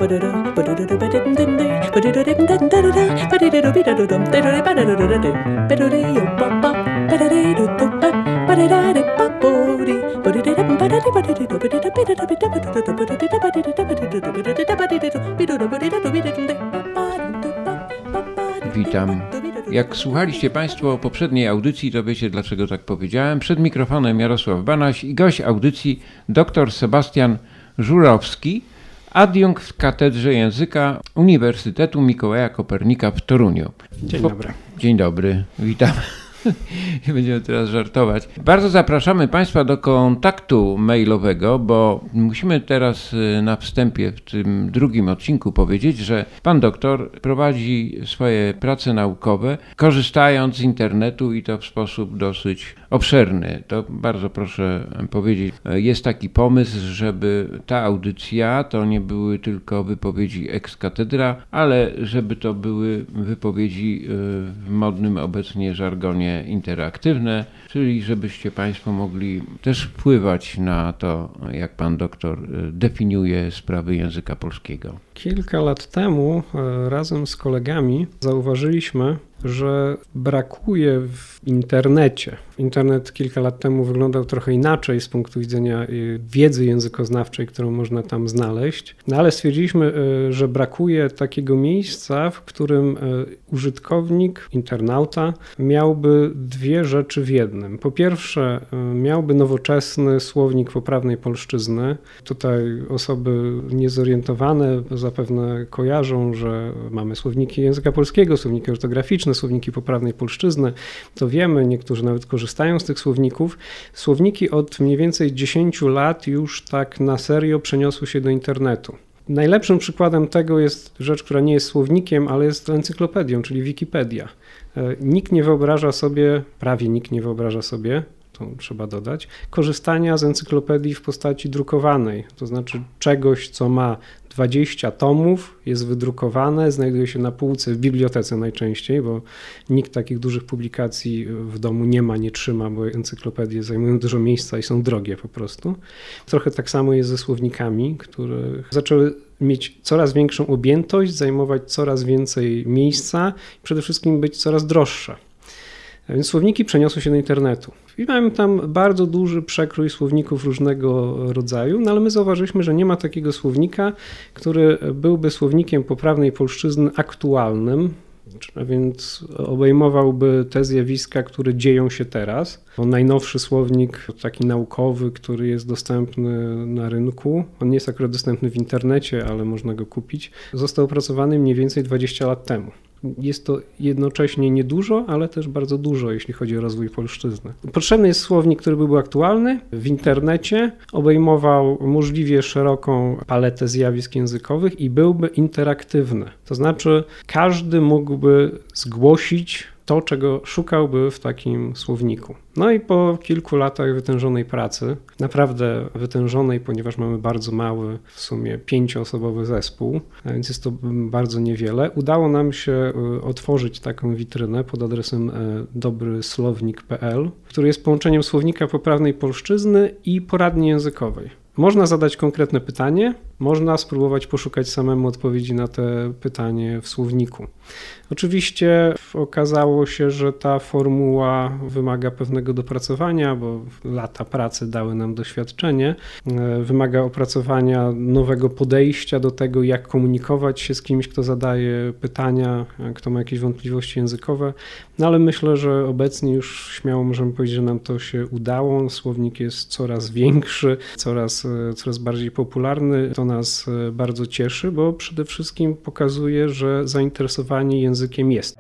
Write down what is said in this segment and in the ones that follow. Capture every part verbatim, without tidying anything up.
Witam. Jak słuchaliście Państwo poprzedniej audycji, to wiecie, dlaczego tak powiedziałem. Przed mikrofonem Jarosław Banaś i gość audycji dr Sebastian Żurowski, adiunkt w Katedrze Języka Uniwersytetu Mikołaja Kopernika w Toruniu. Dzień dobry. Dzień dobry, witam. Będziemy teraz żartować. Bardzo zapraszamy Państwa do kontaktu mailowego, bo musimy teraz na wstępie w tym drugim odcinku powiedzieć, że pan doktor prowadzi swoje prace naukowe korzystając z internetu i to w sposób dosyć obszerny. To bardzo proszę powiedzieć, jest taki pomysł, żeby ta audycja to nie były tylko wypowiedzi ex cathedra, ale żeby to były wypowiedzi w modnym obecnie żargonie interaktywne, czyli żebyście Państwo mogli też wpływać na to, jak pan doktor definiuje sprawy języka polskiego. Kilka lat temu razem z kolegami zauważyliśmy, że brakuje w internecie. Internet kilka lat temu wyglądał trochę inaczej z punktu widzenia wiedzy językoznawczej, którą można tam znaleźć, no ale stwierdziliśmy, że brakuje takiego miejsca, w którym użytkownik, internauta miałby dwie rzeczy w jednym. Po pierwsze, miałby nowoczesny słownik poprawnej polszczyzny. Tutaj osoby niezorientowane zapewne kojarzą, że mamy słowniki języka polskiego, słowniki ortograficzne, słowniki poprawnej polszczyzny, to wiemy, niektórzy nawet korzystają z tych słowników. Słowniki od mniej więcej dziesięciu lat już tak na serio przeniosły się do internetu. Najlepszym przykładem tego jest rzecz, która nie jest słownikiem, ale jest encyklopedią, czyli Wikipedia. Nikt nie wyobraża sobie, prawie nikt nie wyobraża sobie, to trzeba dodać, korzystania z encyklopedii w postaci drukowanej, to znaczy czegoś, co ma dwadzieścia tomów, jest wydrukowane, znajduje się na półce w bibliotece najczęściej, bo nikt takich dużych publikacji w domu nie ma, nie trzyma, bo encyklopedie zajmują dużo miejsca i są drogie po prostu. Trochę tak samo jest ze słownikami, które zaczęły mieć coraz większą objętość, zajmować coraz więcej miejsca i przede wszystkim być coraz droższe. A więc słowniki przeniosły się do internetu. I mamy tam bardzo duży przekrój słowników różnego rodzaju, no ale my zauważyliśmy, że nie ma takiego słownika, który byłby słownikiem poprawnej polszczyzny aktualnym, a więc obejmowałby te zjawiska, które dzieją się teraz. On najnowszy słownik, taki naukowy, który jest dostępny na rynku, on nie jest akurat dostępny w internecie, ale można go kupić, został opracowany mniej więcej dwadzieścia lat temu. Jest to jednocześnie niedużo, ale też bardzo dużo, jeśli chodzi o rozwój polszczyzny. Potrzebny jest słownik, który byłby aktualny, w internecie, obejmował możliwie szeroką paletę zjawisk językowych i byłby interaktywny. To znaczy każdy mógłby zgłosić to, czego szukałby w takim słowniku. No i po kilku latach wytężonej pracy, naprawdę wytężonej, ponieważ mamy bardzo mały, w sumie pięcioosobowy zespół, a więc jest to bardzo niewiele, udało nam się otworzyć taką witrynę pod adresem dobry słownik kropka p l, który jest połączeniem słownika poprawnej polszczyzny i poradni językowej. Można zadać konkretne pytanie, można spróbować poszukać samemu odpowiedzi na to pytanie w słowniku. Oczywiście okazało się, że ta formuła wymaga pewnego dopracowania, bo lata pracy dały nam doświadczenie. Wymaga opracowania nowego podejścia do tego, jak komunikować się z kimś, kto zadaje pytania, kto ma jakieś wątpliwości językowe. No ale myślę, że obecnie już śmiało możemy powiedzieć, że nam to się udało. Słownik jest coraz większy, coraz, coraz bardziej popularny. To nas bardzo cieszy, bo przede wszystkim pokazuje, że zainteresowanie językiem jest.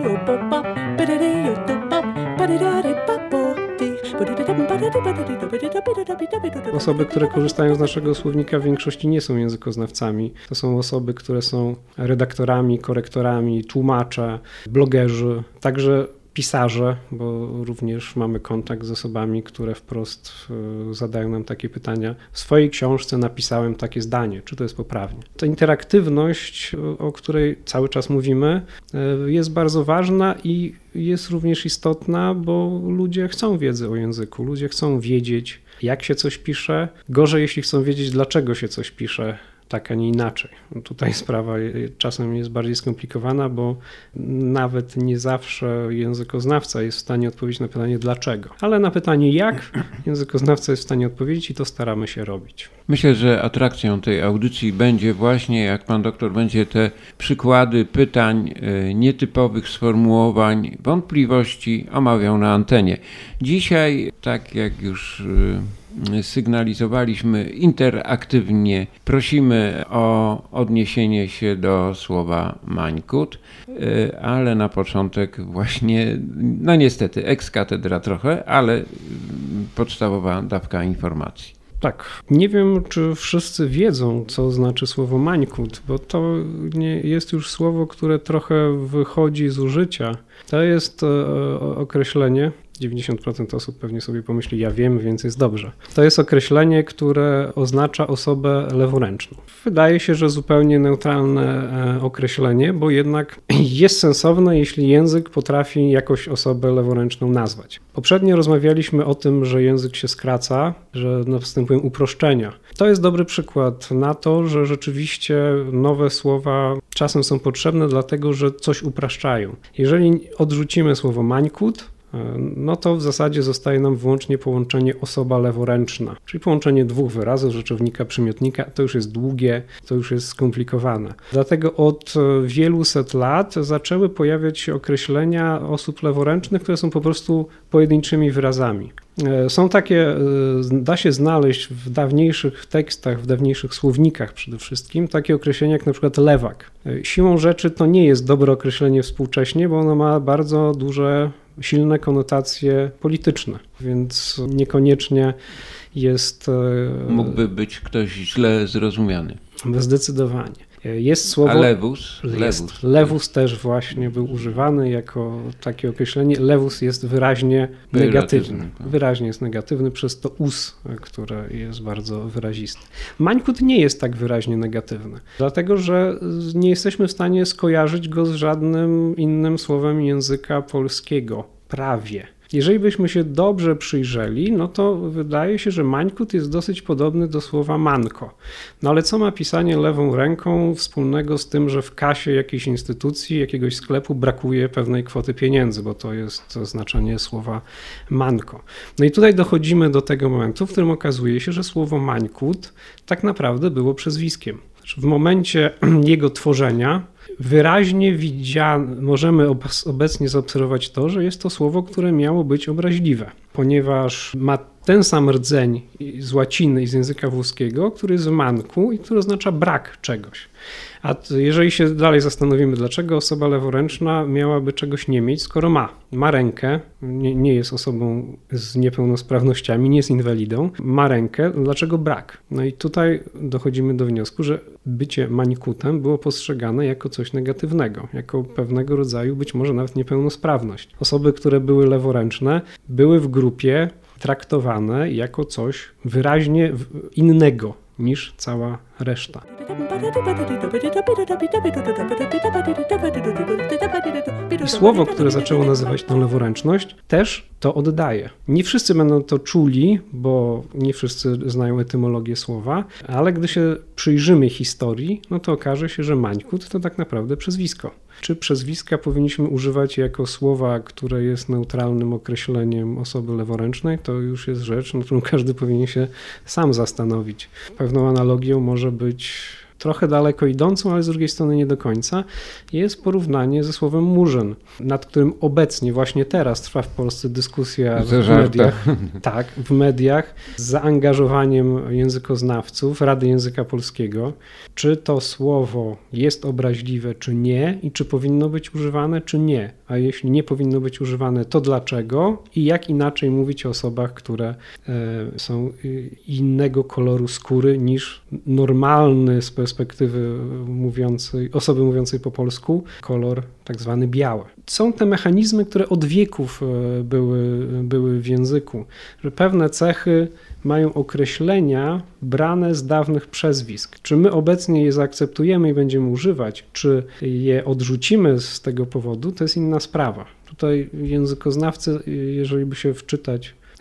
Osoby, które korzystają z naszego słownika, w większości nie są językoznawcami. To są osoby, które są redaktorami, korektorami, tłumacze, blogerzy, także pisarze, bo również mamy kontakt z osobami, które wprost zadają nam takie pytania. W swojej książce napisałem takie zdanie, czy to jest poprawnie. Ta interaktywność, o której cały czas mówimy, jest bardzo ważna i jest również istotna, bo ludzie chcą wiedzy o języku, ludzie chcą wiedzieć, jak się coś pisze. Gorzej, jeśli chcą wiedzieć, dlaczego się coś pisze tak, a nie inaczej. Tutaj sprawa czasem jest bardziej skomplikowana, bo nawet nie zawsze językoznawca jest w stanie odpowiedzieć na pytanie dlaczego. Ale na pytanie jak językoznawca jest w stanie odpowiedzieć i to staramy się robić. Myślę, że atrakcją tej audycji będzie właśnie, jak pan doktor będzie te przykłady pytań, nietypowych sformułowań, wątpliwości omawiał na antenie. Dzisiaj, tak jak już sygnalizowaliśmy, interaktywnie prosimy o odniesienie się do słowa mańkut, ale na początek właśnie, no niestety, ex cathedra trochę, ale podstawowa dawka informacji. Tak. Nie wiem, czy wszyscy wiedzą, co znaczy słowo mańkut, bo to nie jest już słowo, które trochę wychodzi z użycia. To jest określenie, dziewięćdziesiąt procent osób pewnie sobie pomyśli, ja wiem, więc jest dobrze. To jest określenie, które oznacza osobę leworęczną. Wydaje się, że zupełnie neutralne określenie, bo jednak jest sensowne, jeśli język potrafi jakoś osobę leworęczną nazwać. Poprzednio rozmawialiśmy o tym, że język się skraca, że następują uproszczenia. To jest dobry przykład na to, że rzeczywiście nowe słowa czasem są potrzebne, dlatego że coś upraszczają. Jeżeli odrzucimy słowo mańkut, no to w zasadzie zostaje nam wyłącznie połączenie osoba leworęczna, czyli połączenie dwóch wyrazów, rzeczownika, przymiotnika. To już jest długie, to już jest skomplikowane. Dlatego od wielu set lat zaczęły pojawiać się określenia osób leworęcznych, które są po prostu pojedynczymi wyrazami. Są takie, da się znaleźć w dawniejszych tekstach, w dawniejszych słownikach przede wszystkim, takie określenia jak na przykład lewak. Siłą rzeczy to nie jest dobre określenie współcześnie, bo ono ma bardzo duże, silne konotacje polityczne, więc niekoniecznie jest... Mógłby być ktoś źle zrozumiany. Zdecydowanie. Jest słowo... A lewus? Lewus. Lewus też właśnie był używany jako takie określenie. Lewus jest wyraźnie negatywny. Wyraźnie jest negatywny przez to us, które jest bardzo wyraziste. Mańkut nie jest tak wyraźnie negatywny, dlatego że nie jesteśmy w stanie skojarzyć go z żadnym innym słowem języka polskiego. Prawie. Jeżeli byśmy się dobrze przyjrzeli, no to wydaje się, że mańkut jest dosyć podobny do słowa manko. No ale co ma pisanie lewą ręką wspólnego z tym, że w kasie jakiejś instytucji, jakiegoś sklepu brakuje pewnej kwoty pieniędzy, bo to jest znaczenie słowa manko. No i tutaj dochodzimy do tego momentu, w którym okazuje się, że słowo mańkut tak naprawdę było przezwiskiem. W momencie jego tworzenia wyraźnie widziane, możemy obecnie zaobserwować to, że jest to słowo, które miało być obraźliwe, ponieważ ma ten sam rdzeń z łaciny i z języka włoskiego, który jest w manku i który oznacza brak czegoś. A jeżeli się dalej zastanowimy, dlaczego osoba leworęczna miałaby czegoś nie mieć, skoro ma. Ma rękę, nie, nie jest osobą z niepełnosprawnościami, nie jest inwalidą, ma rękę, dlaczego brak? No i tutaj dochodzimy do wniosku, że bycie mańkutem było postrzegane jako coś negatywnego, jako pewnego rodzaju być może nawet niepełnosprawność. Osoby, które były leworęczne, były w grupie traktowane jako coś wyraźnie innego niż cała reszta. I słowo, które zaczęło nazywać tę leworęczność, też to oddaje. Nie wszyscy będą to czuli, bo nie wszyscy znają etymologię słowa, ale gdy się przyjrzymy historii, no to okaże się, że mańkut to tak naprawdę przezwisko. Czy przezwiska powinniśmy używać jako słowa, które jest neutralnym określeniem osoby leworęcznej, to już jest rzecz, nad którą każdy powinien się sam zastanowić. Pewną analogią może być trochę daleko idącą, ale z drugiej strony nie do końca, jest porównanie ze słowem murzyn, nad którym obecnie, właśnie teraz trwa w Polsce dyskusja w mediach, tak, w mediach z zaangażowaniem językoznawców Rady Języka Polskiego, czy to słowo jest obraźliwe, czy nie i czy powinno być używane, czy nie. A jeśli nie powinno być używane, to dlaczego i jak inaczej mówić o osobach, które są innego koloru skóry niż normalny z perspektywy mówiącej, osoby mówiącej po polsku kolor tak zwany biały. Są te mechanizmy, które od wieków były, były w języku, że pewne cechy mają określenia brane z dawnych przezwisk. Czy my obecnie je zaakceptujemy i będziemy używać, czy je odrzucimy z tego powodu, to jest inna sprawa. Tutaj językoznawcy, jeżeli by się wczytać